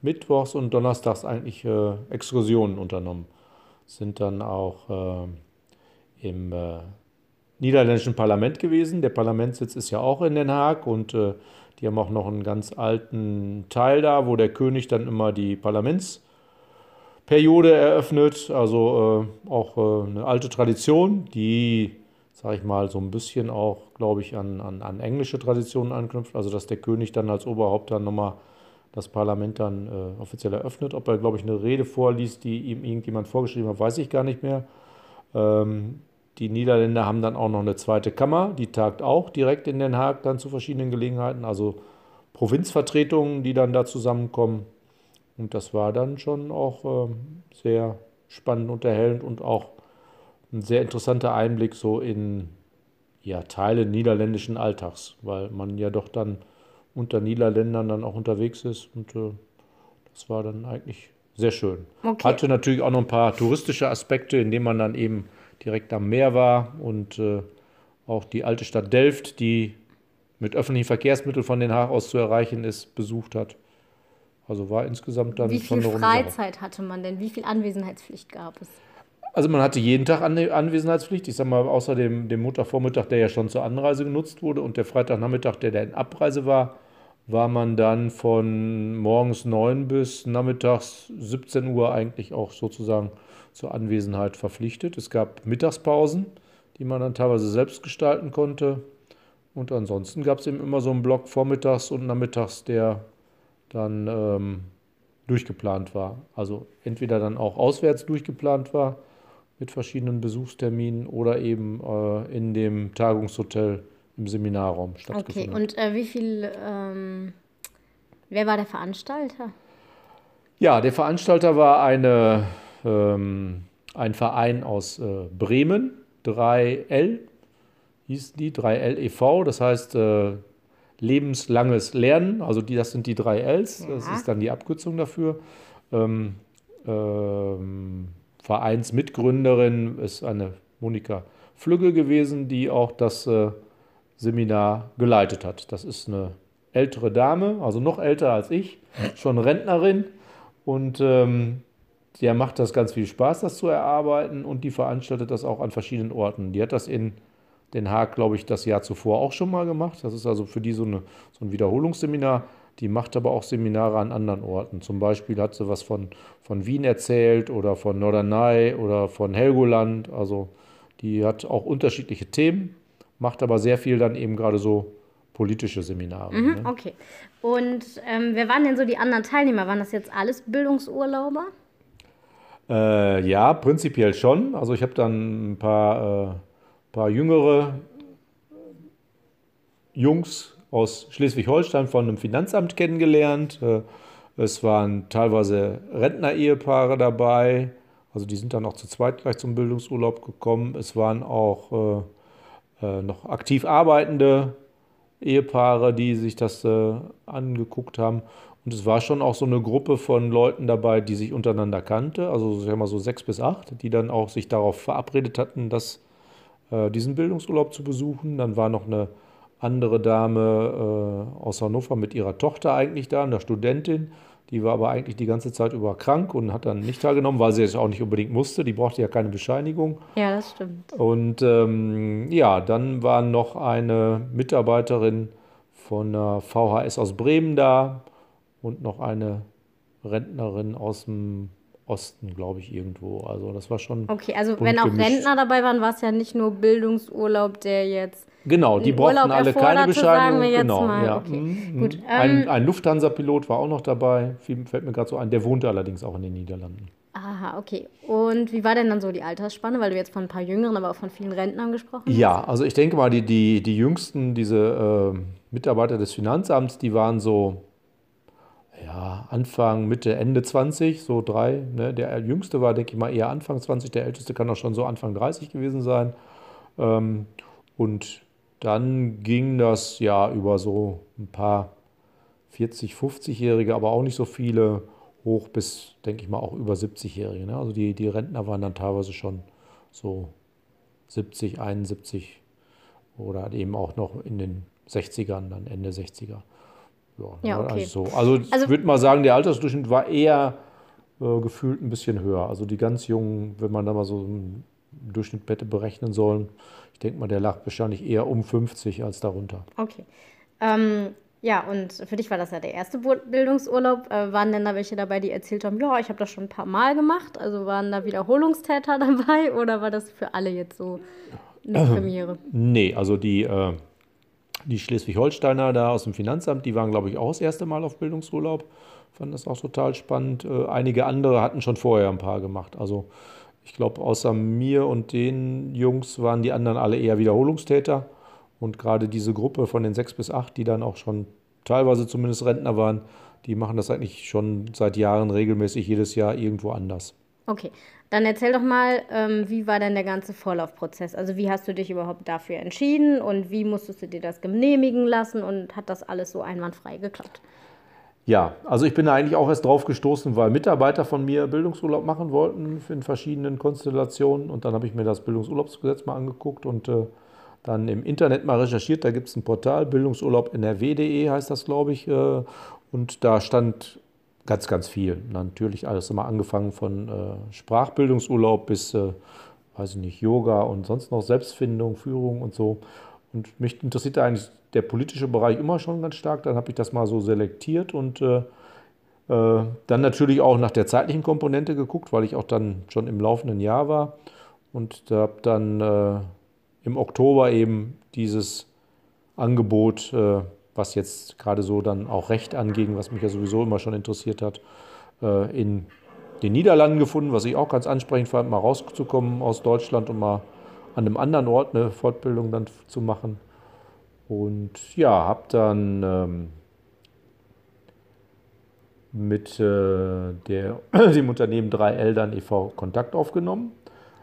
mittwochs und donnerstags eigentlich Exkursionen unternommen. Sind dann auch im niederländischen Parlament gewesen. Der Parlamentssitz ist ja auch in Den Haag und die haben auch noch einen ganz alten Teil da, wo der König dann immer die Parlamentsperiode eröffnet. Also auch eine alte Tradition, die, sage ich mal, so ein bisschen auch, glaube ich, an englische Traditionen anknüpft. Also dass der König dann als Oberhaupt dann nochmal das Parlament dann offiziell eröffnet. Ob er, glaube ich, eine Rede vorliest, die ihm irgendjemand vorgeschrieben hat, weiß ich gar nicht mehr. Die Niederländer haben dann auch noch eine zweite Kammer, die tagt auch direkt in Den Haag dann zu verschiedenen Gelegenheiten, also Provinzvertretungen, die dann da zusammenkommen. Und das war dann schon auch sehr spannend und erhellend und auch ein sehr interessanter Einblick so in ja, Teile niederländischen Alltags, weil man ja doch dann unter Niederländern dann auch unterwegs ist und das war dann eigentlich sehr schön. Okay. Hatte natürlich auch noch ein paar touristische Aspekte, indem man dann eben direkt am Meer war und auch die alte Stadt Delft, die mit öffentlichen Verkehrsmitteln von Den Haag aus zu erreichen ist, besucht hat. Also war insgesamt dann Wie schon viel eine runde Sache. Freizeit hatte man denn? Wie viel Anwesenheitspflicht gab es? Also man hatte jeden Tag Anwesenheitspflicht. Ich sag mal, außer dem Montagvormittag, der ja schon zur Anreise genutzt wurde und der Freitagnachmittag, der in Abreise war, war man dann von morgens 9 bis nachmittags 17 Uhr eigentlich auch sozusagen zur Anwesenheit verpflichtet. Es gab Mittagspausen, die man dann teilweise selbst gestalten konnte. Und ansonsten gab es eben immer so einen Block vormittags und nachmittags, der dann durchgeplant war. Also entweder dann auch auswärts durchgeplant war mit verschiedenen Besuchsterminen oder eben in dem Tagungshotel im Seminarraum Okay, stattgefunden hat. und wer war der Veranstalter? Ja, der Veranstalter war ein Verein aus Bremen, 3L hießen die, 3L e.V., das heißt lebenslanges Lernen, also das sind die 3Ls, das Ja. ist dann die Abkürzung dafür. Vereinsmitgründerin ist eine Monika Flügge gewesen, die auch das Seminar geleitet hat. Das ist eine ältere Dame, also noch älter als ich, schon Rentnerin und der macht das ganz viel Spaß, das zu erarbeiten und die veranstaltet das auch an verschiedenen Orten. Die hat das in Den Haag, glaube ich, das Jahr zuvor auch schon mal gemacht. Das ist also für die so ein Wiederholungsseminar. Die macht aber auch Seminare an anderen Orten. Zum Beispiel hat sie was von Wien erzählt oder von Norderney oder von Helgoland. Also die hat auch unterschiedliche Themen, macht aber sehr viel dann eben gerade so politische Seminare. Ne? Okay. Und wer waren denn so die anderen Teilnehmer? Waren das jetzt alles Bildungsurlauber? Ja, prinzipiell schon. Also ich habe dann ein paar jüngere Jungs aus Schleswig-Holstein von einem Finanzamt kennengelernt. Es waren teilweise Rentner-Ehepaare dabei. Also die sind dann auch zu zweit gleich zum Bildungsurlaub gekommen. Es waren auch noch aktiv arbeitende Ehepaare, die sich das angeguckt haben. Und es war schon auch so eine Gruppe von Leuten dabei, die sich untereinander kannte. Also sagen wir mal so 6 bis 8, die dann auch sich darauf verabredet hatten, diesen Bildungsurlaub zu besuchen. Dann war noch eine andere Dame aus Hannover mit ihrer Tochter eigentlich da, eine Studentin. Die war aber eigentlich die ganze Zeit über krank und hat dann nicht teilgenommen, weil sie es auch nicht unbedingt musste. Die brauchte ja keine Bescheinigung. Ja, das stimmt. Und ja, dann war noch eine Mitarbeiterin von der VHS aus Bremen da und noch eine Rentnerin aus dem Osten, glaube ich, irgendwo. Also das war schon Okay, also bunt wenn auch gemischt. Rentner dabei waren, war es ja nicht nur Bildungsurlaub, der jetzt Genau, die einen brauchten Urlaub alle keine erforderte, sagen Bescheinigung. wir jetzt Genau, mal. ja. Okay, gut. Ein Lufthansa-Pilot war auch noch dabei, fällt mir gerade so ein. Der wohnte allerdings auch in den Niederlanden. Aha, okay. Und wie war denn dann so die Altersspanne? Weil du jetzt von ein paar Jüngeren, aber auch von vielen Rentnern gesprochen hast. Ja, also ich denke mal, die jüngsten, diese Mitarbeiter des Finanzamts, die waren so ja, Anfang, Mitte, Ende 20, so 3. Ne? Der jüngste war, denke ich mal, eher Anfang 20, der älteste kann auch schon so Anfang 30 gewesen sein. Und dann ging das ja über so ein paar 40, 50-Jährige, aber auch nicht so viele, hoch bis, denke ich mal, auch über 70-Jährige. Ne? Also die Rentner waren dann teilweise schon so 70, 71 oder eben auch noch in den 60ern, dann Ende 60er. Ja, war okay. eigentlich so. Also ich würde mal sagen, der Altersdurchschnitt war eher gefühlt ein bisschen höher. Also die ganz Jungen, wenn man da mal so einen Durchschnitt hätte berechnen sollen, ich denke mal, der lag wahrscheinlich eher um 50 als darunter. Okay. Ja, und für dich war das ja der erste Bildungsurlaub. Waren denn da welche dabei, die erzählt haben, ja, ich habe das schon ein paar Mal gemacht? Also waren da Wiederholungstäter dabei oder war das für alle jetzt so eine Premiere? Nee, also die Schleswig-Holsteiner da aus dem Finanzamt, die waren, glaube ich, auch das erste Mal auf Bildungsurlaub. Fanden das auch total spannend. Einige andere hatten schon vorher ein paar gemacht. Also ich glaube, außer mir und den Jungs waren die anderen alle eher Wiederholungstäter. Und gerade diese Gruppe von den 6 bis 8, die dann auch schon teilweise zumindest Rentner waren, die machen das eigentlich schon seit Jahren regelmäßig jedes Jahr irgendwo anders. Okay, dann erzähl doch mal, wie war denn der ganze Vorlaufprozess? Also wie hast du dich überhaupt dafür entschieden und wie musstest du dir das genehmigen lassen und hat das alles so einwandfrei geklappt? Ja, also ich bin da eigentlich auch erst drauf gestoßen, weil Mitarbeiter von mir Bildungsurlaub machen wollten in verschiedenen Konstellationen. Und dann habe ich mir das Bildungsurlaubsgesetz mal angeguckt und dann im Internet mal recherchiert. Da gibt es ein Portal, bildungsurlaubnrw.de heißt das, glaube ich. Und da stand ganz, ganz viel. Natürlich alles immer angefangen von Sprachbildungsurlaub bis, weiß ich nicht, Yoga und sonst noch Selbstfindung, Führung und so. Und mich interessierte eigentlich der politische Bereich immer schon ganz stark. Dann habe ich das mal so selektiert und dann natürlich auch nach der zeitlichen Komponente geguckt, weil ich auch dann schon im laufenden Jahr war. Und da habe dann im Oktober eben dieses Angebot, was jetzt gerade so dann auch Recht anging, was mich ja sowieso immer schon interessiert hat, in den Niederlanden gefunden, was ich auch ganz ansprechend fand, mal rauszukommen aus Deutschland und mal an einem anderen Ort eine Fortbildung dann zu machen. Und ja, habe dann mit dem Unternehmen 3L dann e.V. Kontakt aufgenommen.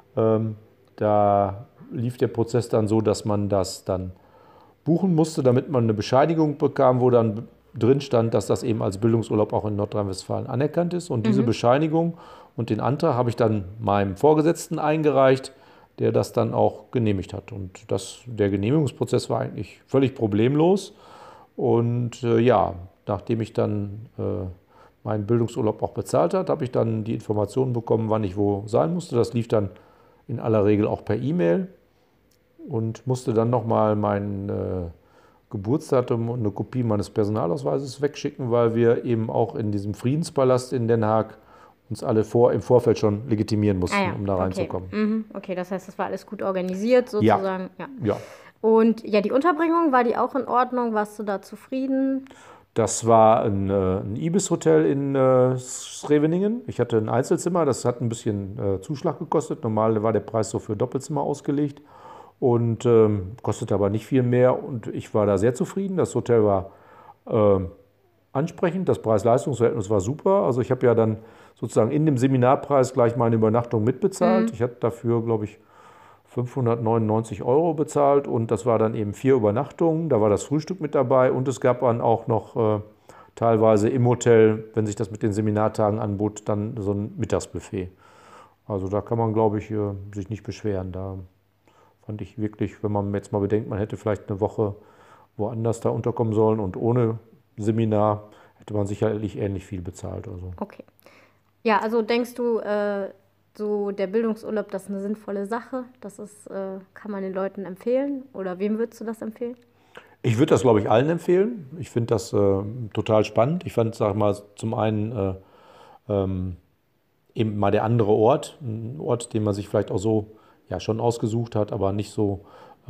Da lief der Prozess dann so, dass man das dann buchen musste, damit man eine Bescheinigung bekam, wo dann drin stand, dass das eben als Bildungsurlaub auch in Nordrhein-Westfalen anerkannt ist. Und diese Bescheinigung und den Antrag habe ich dann meinem Vorgesetzten eingereicht, der das dann auch genehmigt hat. Und der Genehmigungsprozess war eigentlich völlig problemlos. Und ja, nachdem ich dann meinen Bildungsurlaub auch bezahlt habe, habe ich dann die Informationen bekommen, wann ich wo sein musste. Das lief dann in aller Regel auch per E-Mail und musste dann nochmal mein Geburtsdatum und eine Kopie meines Personalausweises wegschicken, weil wir eben auch in diesem Friedenspalast in Den Haag uns alle im Vorfeld schon legitimieren mussten, um da reinzukommen. Okay, das heißt, das war alles gut organisiert sozusagen. Ja. Und ja, die Unterbringung, war die auch in Ordnung? Warst du da zufrieden? Das war ein Ibis-Hotel in Scheveningen. Ich hatte ein Einzelzimmer, das hat ein bisschen Zuschlag gekostet. Normal war der Preis so für Doppelzimmer ausgelegt und kostete aber nicht viel mehr. Und ich war da sehr zufrieden. Das Hotel war ansprechend, das Preis-Leistungs-Verhältnis war super. Also ich habe ja dann sozusagen in dem Seminarpreis gleich meine Übernachtung mitbezahlt. Ich hatte dafür, glaube ich, 599 € bezahlt und das war dann eben 4 Übernachtungen. Da war das Frühstück mit dabei und es gab dann auch noch teilweise im Hotel, wenn sich das mit den Seminartagen anbot, dann so ein Mittagsbuffet. Also da kann man, glaube ich, sich nicht beschweren. Da fand ich wirklich, wenn man jetzt mal bedenkt, man hätte vielleicht eine Woche woanders da unterkommen sollen und ohne Seminar hätte man sicherlich ähnlich viel bezahlt. Also. Okay. Ja, also denkst du, so der Bildungsurlaub, das ist eine sinnvolle Sache? Das ist, kann man den Leuten empfehlen? Oder wem würdest du das empfehlen? Ich würde das, glaube ich, allen empfehlen. Ich finde das total spannend. Ich fand, sag mal, zum einen eben mal der andere Ort. Ein Ort, den man sich vielleicht auch so ja, schon ausgesucht hat, aber nicht so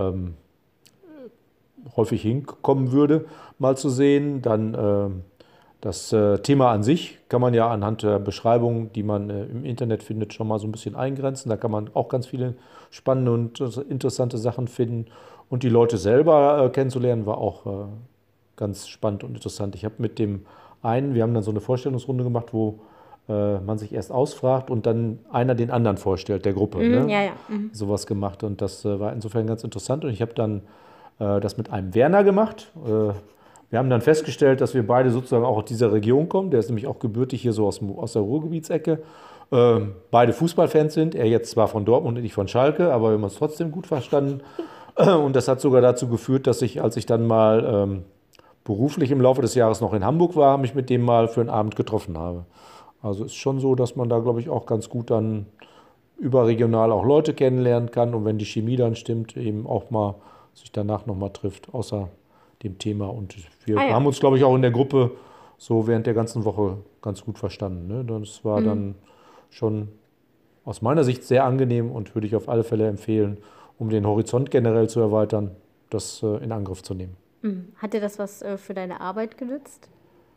häufig hinkommen würde, mal zu sehen. Dann das Thema an sich kann man ja anhand der Beschreibungen, die man im Internet findet, schon mal so ein bisschen eingrenzen. Da kann man auch ganz viele spannende und interessante Sachen finden. Und die Leute selber kennenzulernen, war auch ganz spannend und interessant. Ich habe mit dem einen, wir haben dann so eine Vorstellungsrunde gemacht, wo man sich erst ausfragt und dann einer den anderen vorstellt, der Gruppe. Ne? Ja. Sowas gemacht. Und das war insofern ganz interessant. Und ich habe dann das mit einem Werner gemacht. Wir haben dann festgestellt, dass wir beide sozusagen auch aus dieser Region kommen. Der ist nämlich auch gebürtig hier so aus der Ruhrgebietsecke. Beide Fußballfans sind. Er jetzt zwar von Dortmund und ich von Schalke, aber wir haben uns trotzdem gut verstanden. Und das hat sogar dazu geführt, dass ich, als ich dann mal beruflich im Laufe des Jahres noch in Hamburg war, mich mit dem mal für einen Abend getroffen habe. Also ist schon so, dass man da, glaube ich, auch ganz gut dann überregional auch Leute kennenlernen kann und wenn die Chemie dann stimmt, eben auch mal sich danach nochmal trifft, außer dem Thema. Und wir haben uns, glaube ich, auch in der Gruppe so während der ganzen Woche ganz gut verstanden. Ne? Das war dann schon aus meiner Sicht sehr angenehm und würde ich auf alle Fälle empfehlen, um den Horizont generell zu erweitern, das in Angriff zu nehmen. Hat dir das was für deine Arbeit genützt?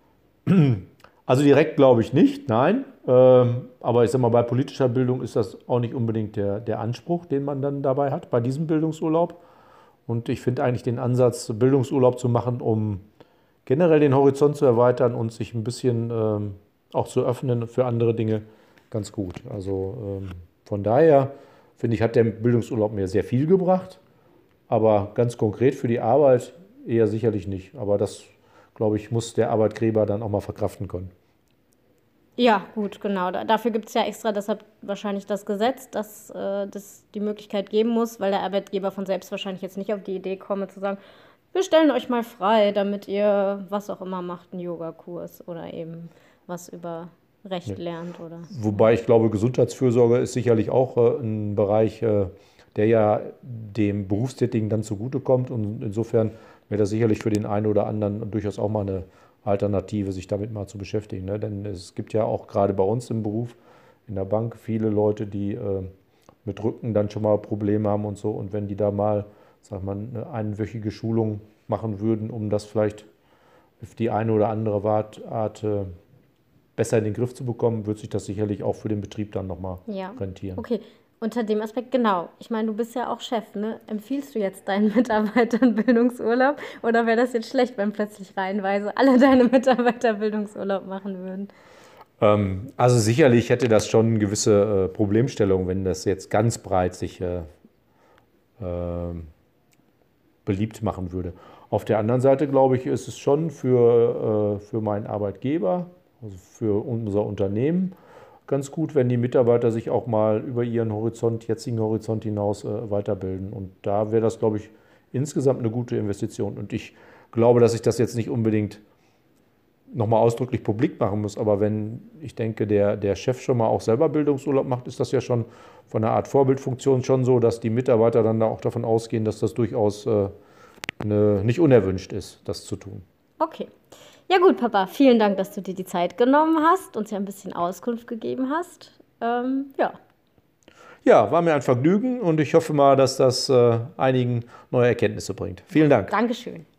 Also direkt glaube ich nicht, nein. Aber ich sage mal, bei politischer Bildung ist das auch nicht unbedingt der Anspruch, den man dann dabei hat, bei diesem Bildungsurlaub. Und ich finde eigentlich den Ansatz, Bildungsurlaub zu machen, um generell den Horizont zu erweitern und sich ein bisschen auch zu öffnen für andere Dinge, ganz gut. Also von daher finde ich, hat der Bildungsurlaub mir sehr viel gebracht. Aber ganz konkret für die Arbeit eher sicherlich nicht. Aber das, glaube ich, muss der Arbeitgeber dann auch mal verkraften können. Ja, gut, genau. Dafür gibt es ja extra deshalb wahrscheinlich das Gesetz, dass das die Möglichkeit geben muss, weil der Arbeitgeber von selbst wahrscheinlich jetzt nicht auf die Idee komme zu sagen, wir stellen euch mal frei, damit ihr was auch immer macht, einen Yogakurs oder eben was über Recht lernt. Oder. Wobei ich glaube, Gesundheitsfürsorge ist sicherlich auch ein Bereich, der ja dem Berufstätigen dann zugutekommt. Und insofern wäre das sicherlich für den einen oder anderen durchaus auch mal eine Alternative, sich damit mal zu beschäftigen. Ne? Denn es gibt ja auch gerade bei uns im Beruf, in der Bank, viele Leute, die mit Rücken dann schon mal Probleme haben und so. Und wenn die da mal, sag mal, eine einwöchige Schulung machen würden, um das vielleicht auf die eine oder andere Art besser in den Griff zu bekommen, wird sich das sicherlich auch für den Betrieb dann nochmal rentieren. Okay, unter dem Aspekt, genau. Ich meine, du bist ja auch Chef, ne? Empfiehlst du jetzt deinen Mitarbeitern Bildungsurlaub oder wäre das jetzt schlecht, wenn plötzlich reihenweise alle deine Mitarbeiter Bildungsurlaub machen würden? Also sicherlich hätte das schon gewisse Problemstellungen, wenn das jetzt ganz breit sich beliebt machen würde. Auf der anderen Seite, glaube ich, ist es schon für meinen Arbeitgeber, also für unser Unternehmen, ganz gut, wenn die Mitarbeiter sich auch mal über ihren jetzigen Horizont hinaus weiterbilden. Und da wäre das, glaube ich, insgesamt eine gute Investition. Und ich glaube, dass ich das jetzt nicht unbedingt nochmal ausdrücklich publik machen muss. Aber wenn, ich denke, der Chef schon mal auch selber Bildungsurlaub macht, ist das ja schon von einer Art Vorbildfunktion schon so, dass die Mitarbeiter dann da auch davon ausgehen, dass das durchaus nicht unerwünscht ist, das zu tun. Okay. Ja gut, Papa, vielen Dank, dass du dir die Zeit genommen hast, uns ja ein bisschen Auskunft gegeben hast. Ja, war mir ein Vergnügen und ich hoffe mal, dass das einigen neue Erkenntnisse bringt. Vielen Dank. Dankeschön.